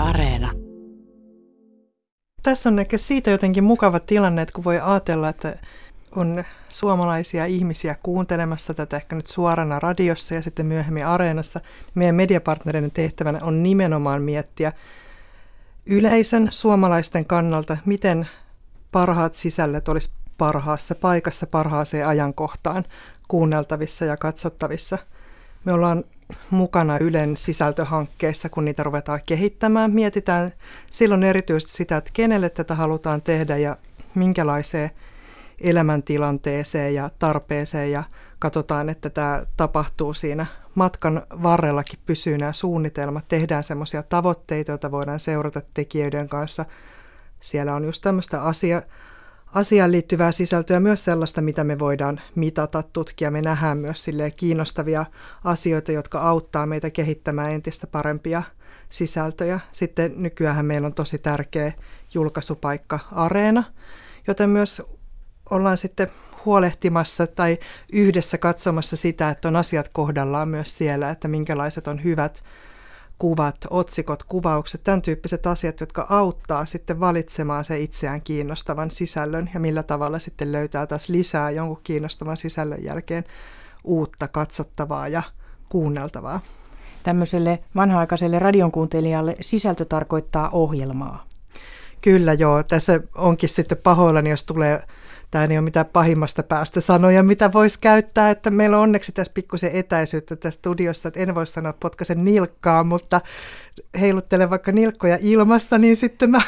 Areena. Tässä on ehkä siitä jotenkin mukava tilanne, että kun voi ajatella, että on suomalaisia ihmisiä kuuntelemassa tätä ehkä nyt suorana radiossa ja sitten myöhemmin Areenassa. Meidän mediapartnereiden tehtävänä on nimenomaan miettiä yleisön suomalaisten kannalta, miten parhaat sisällöt olisi parhaassa paikassa, parhaaseen ajankohtaan kuunneltavissa ja katsottavissa. Me ollaan mukana Ylen sisältöhankkeessa, kun niitä ruvetaan kehittämään. Mietitään silloin erityisesti sitä, että kenelle tätä halutaan tehdä ja minkälaiseen elämäntilanteeseen ja tarpeeseen, ja katsotaan, että tämä tapahtuu siinä matkan varrellakin, pysyy nämä suunnitelmat, tehdään semmoisia tavoitteita, joita voidaan seurata tekijöiden kanssa. Siellä on just tämmöistä asiaan liittyvää sisältöä, myös sellaista, mitä me voidaan mitata, tutkia. Me nähdään myös kiinnostavia asioita, jotka auttaa meitä kehittämään entistä parempia sisältöjä. Sitten nykyään meillä on tosi tärkeä julkaisupaikka Areena, joten myös ollaan sitten huolehtimassa tai yhdessä katsomassa sitä, että on asiat kohdallaan myös siellä, että minkälaiset on hyvät kuvat, otsikot, kuvaukset, tämän tyyppiset asiat, jotka auttaa sitten valitsemaan se itseään kiinnostavan sisällön ja millä tavalla sitten löytää taas lisää jonkun kiinnostavan sisällön jälkeen uutta katsottavaa ja kuunneltavaa. Tämmöiselle vanha-aikaiselle radionkuuntelijalle sisältö tarkoittaa ohjelmaa. Kyllä joo, tässä onkin sitten pahoillani, jos tulee, tämä ei ole mitään pahimmasta päästä sanoja, mitä voisi käyttää, että meillä on onneksi tässä pikkusen etäisyyttä tässä studiossa, että en voi sanoa potkaisen nilkkaa, mutta heiluttelen vaikka nilkkoja ilmassa, niin sitten mä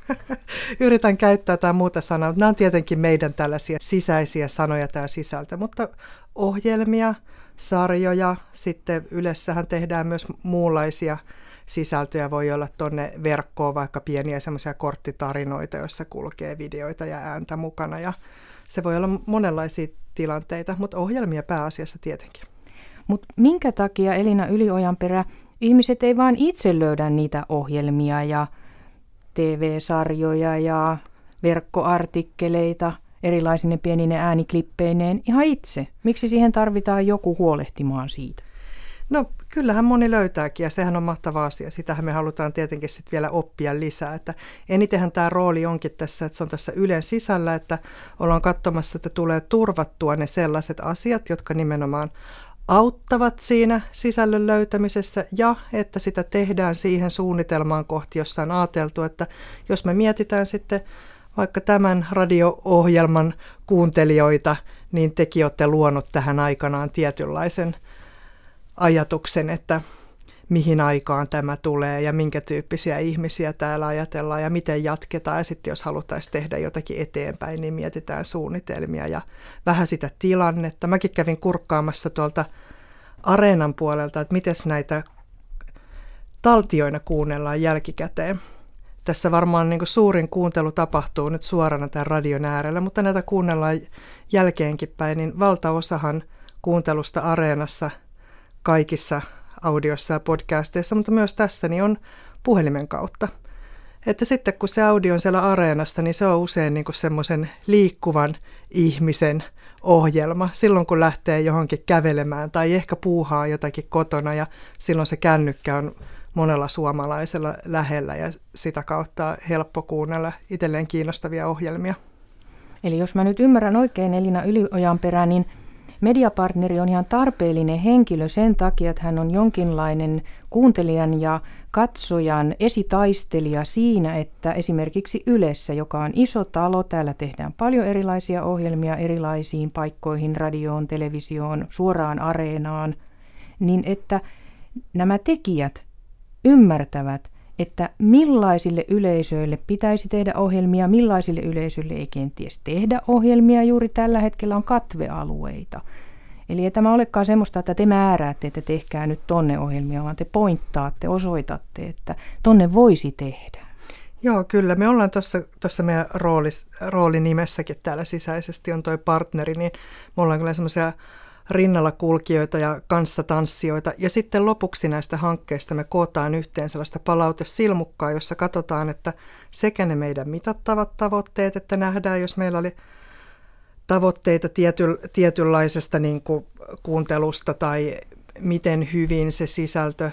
yritän käyttää jotain muuta sanaa. Nämä on tietenkin meidän tällaisia sisäisiä sanoja tämä sisältö, mutta ohjelmia, sarjoja, sitten Ylessähän tehdään myös muunlaisia sisältöjä, voi olla tuonne verkkoon vaikka pieniä semmoisia korttitarinoita, joissa kulkee videoita ja ääntä mukana, ja se voi olla monenlaisia tilanteita, mutta ohjelmia pääasiassa tietenkin. Mutta minkä takia, Elina Yliojanperä, ihmiset ei vaan itse löydä niitä ohjelmia ja TV-sarjoja ja verkkoartikkeleita erilaisine pienine ääniklippeineen ihan itse? Miksi siihen tarvitaan joku huolehtimaan siitä? No kyllähän moni löytääkin, ja sehän on mahtava asia. Sitähän me halutaan tietenkin sitten vielä oppia lisää. Että enitenhän tämä rooli onkin tässä, että se on tässä Ylen sisällä, että ollaan katsomassa, että tulee turvattua ne sellaiset asiat, jotka nimenomaan auttavat siinä sisällön löytämisessä, ja että sitä tehdään siihen suunnitelmaan kohti, jossa on ajateltu, että jos me mietitään sitten vaikka tämän radio-ohjelman kuuntelijoita, niin tekin olette luonut tähän aikanaan tietynlaisen ajatuksen, että mihin aikaan tämä tulee ja minkä tyyppisiä ihmisiä täällä ajatellaan ja miten jatketaan. Ja sitten jos haluttaisiin tehdä jotakin eteenpäin, niin mietitään suunnitelmia ja vähän sitä tilannetta. Mäkin kävin kurkkaamassa tuolta Areenan puolelta, että miten näitä taltioina kuunnellaan jälkikäteen. Tässä varmaan niin kuin suurin kuuntelu tapahtuu nyt suorana tämän radion äärellä, mutta näitä kuunnellaan jälkeenkin päin, niin valtaosahan kuuntelusta Areenassa kaikissa audioissa ja podcasteissa, mutta myös tässä niin on puhelimen kautta. Että sitten kun se audio on siellä Areenassa, niin se on usein niin kuin semmoisen liikkuvan ihmisen ohjelma. Silloin kun lähtee johonkin kävelemään tai ehkä puuhaa jotakin kotona, ja silloin se kännykkä on monella suomalaisella lähellä ja sitä kautta helppo kuunnella itselleen kiinnostavia ohjelmia. Eli jos mä nyt ymmärrän oikein, Elina Yliojanperä, niin mediapartneri on ihan tarpeellinen henkilö sen takia, että hän on jonkinlainen kuuntelijan ja katsojan esitaistelija siinä, että esimerkiksi Ylessä, joka on iso talo, täällä tehdään paljon erilaisia ohjelmia erilaisiin paikkoihin, radioon, televisioon, suoraan Areenaan, niin että nämä tekijät ymmärtävät, että millaisille yleisöille pitäisi tehdä ohjelmia, millaisille yleisöille ei kenties tehdä ohjelmia. Juuri tällä hetkellä on katvealueita. Eli ei tämä olekaan semmoista, että te määräätte, että tehkää nyt tonne ohjelmia, vaan te pointtaatte, osoitatte, että tonne voisi tehdä. Joo, kyllä. Me ollaan tuossa meidän roolinimessäkin täällä sisäisesti on toi partneri, niin me ollaan kyllä semmoisia rinnalla kulkijoita ja kanssatanssijoita. Ja sitten lopuksi näistä hankkeista me kootaan yhteen sellaista palautesilmukkaa, jossa katsotaan, että sekä ne meidän mitattavat tavoitteet, että nähdään, jos meillä oli tavoitteita tietynlaisesta niin kuin kuuntelusta tai miten hyvin se sisältö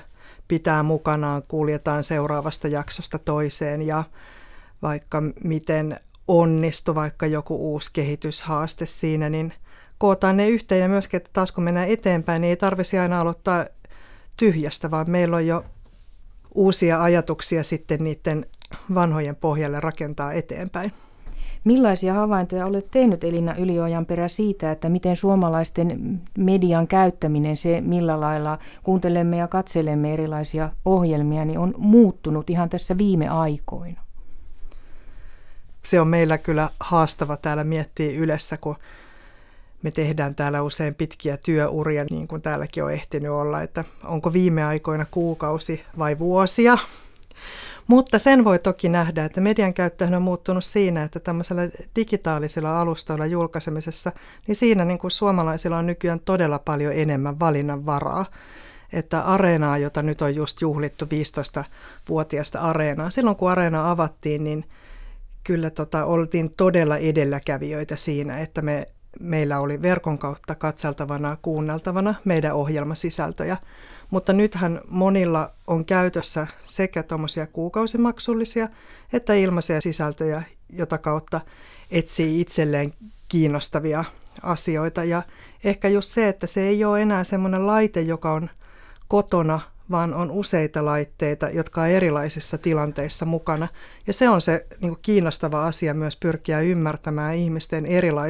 pitää mukanaan, kuljetaan seuraavasta jaksosta toiseen ja vaikka miten onnistui vaikka joku uusi kehityshaaste siinä, niin kootaan ne yhteen ja myöskin, että taas kun mennään eteenpäin, niin ei tarvitsisi aina aloittaa tyhjästä, vaan meillä on jo uusia ajatuksia sitten niiden vanhojen pohjalle rakentaa eteenpäin. Millaisia havaintoja olet tehnyt, Elina Yliojanperä, siitä, että miten suomalaisten median käyttäminen, se millä lailla kuuntelemme ja katselemme erilaisia ohjelmia, niin on muuttunut ihan tässä viime aikoina? Se on meillä kyllä haastava täällä miettiä Ylessä, kun me tehdään täällä usein pitkiä työuria, niin kuin täälläkin on ehtinyt olla, että onko viime aikoina kuukausi vai vuosia. Mutta sen voi toki nähdä, että median käyttöhän on muuttunut siinä, että tämmöisellä digitaalisilla alustoilla julkaisemisessa, niin siinä niin kuin suomalaisilla on nykyään todella paljon enemmän valinnanvaraa. Että Areenaa, jota nyt on just juhlittu 15-vuotiaasta Areenaa, silloin kun Areena avattiin, niin kyllä oltiin todella edelläkävijöitä siinä, että meillä oli verkon kautta katseltavana, kuunneltavana meidän ohjelmasisältöjä. Mutta nythän monilla on käytössä sekä tuommoisia kuukausimaksullisia että ilmaisia sisältöjä, jota kautta etsii itselleen kiinnostavia asioita. Ja ehkä just se, että se ei ole enää semmoinen laite, joka on kotona, vaan on useita laitteita, jotka on erilaisissa tilanteissa mukana. Ja se on se niin kuin kiinnostava asia myös pyrkiä ymmärtämään ihmisten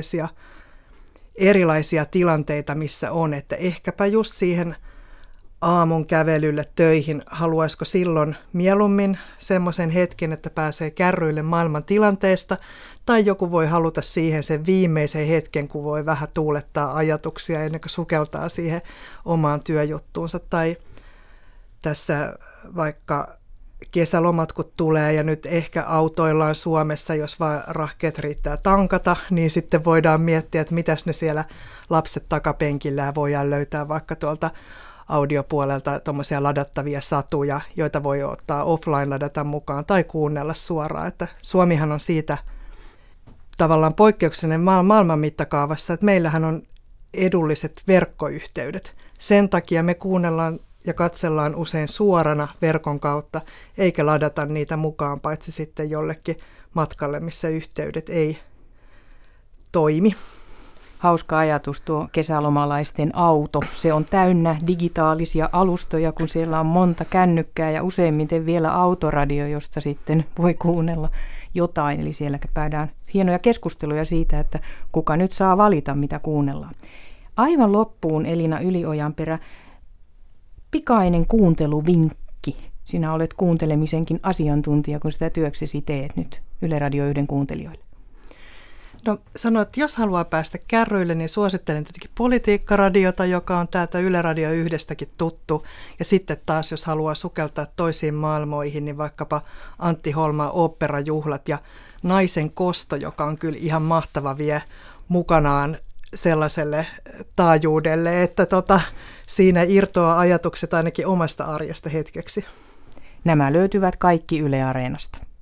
erilaisia tilanteita, missä on. Että ehkäpä just siihen aamun kävelylle töihin, haluaisiko silloin mieluummin semmoisen hetken, että pääsee kärryille maailman tilanteesta, tai joku voi haluta siihen sen viimeisen hetken, kun voi vähän tuulettaa ajatuksia ennen kuin sukeltaa siihen omaan työjuttuunsa. Tai tässä vaikka kesälomat kun tulee ja nyt ehkä autoillaan Suomessa, jos vaan rahkeet riittää tankata, niin sitten voidaan miettiä, että mitäs ne siellä lapset takapenkillä voidaan löytää vaikka tuolta audiopuolelta tuommoisia ladattavia satuja, joita voi ottaa offline-ladata mukaan tai kuunnella suoraan. Että Suomihan on siitä tavallaan poikkeuksellinen maailman mittakaavassa, että meillähän on edulliset verkkoyhteydet. Sen takia me kuunnellaan ja katsellaan usein suorana verkon kautta, eikä ladata niitä mukaan, paitsi sitten jollekin matkalle, missä yhteydet ei toimi. Hauska ajatus tuo kesälomalaisten auto. Se on täynnä digitaalisia alustoja, kun siellä on monta kännykkää ja useimmiten vielä autoradio, josta sitten voi kuunnella jotain. Eli siellä käydään hienoja keskusteluja siitä, että kuka nyt saa valita, mitä kuunnellaan. Aivan loppuun, Elina Yliojanperä, pikainen kuunteluvinkki. Sinä olet kuuntelemisenkin asiantuntija, kun sitä työksesi teet nyt Yle Radio 1 kuuntelijoille. No sanoin, että jos haluaa päästä kärryille, niin suosittelen tietenkin Politiikkaradiota, joka on täältä Yle Radio 1:stäkin tuttu. Ja sitten taas, jos haluaa sukeltaa toisiin maailmoihin, niin vaikkapa Antti Holman oopperajuhlat ja Naisen kosto, joka on kyllä ihan mahtava, vie mukanaan sellaiselle taajuudelle, että siinä irtoaa ajatukset ainakin omasta arjesta hetkeksi. Nämä löytyvät kaikki Yle Areenasta.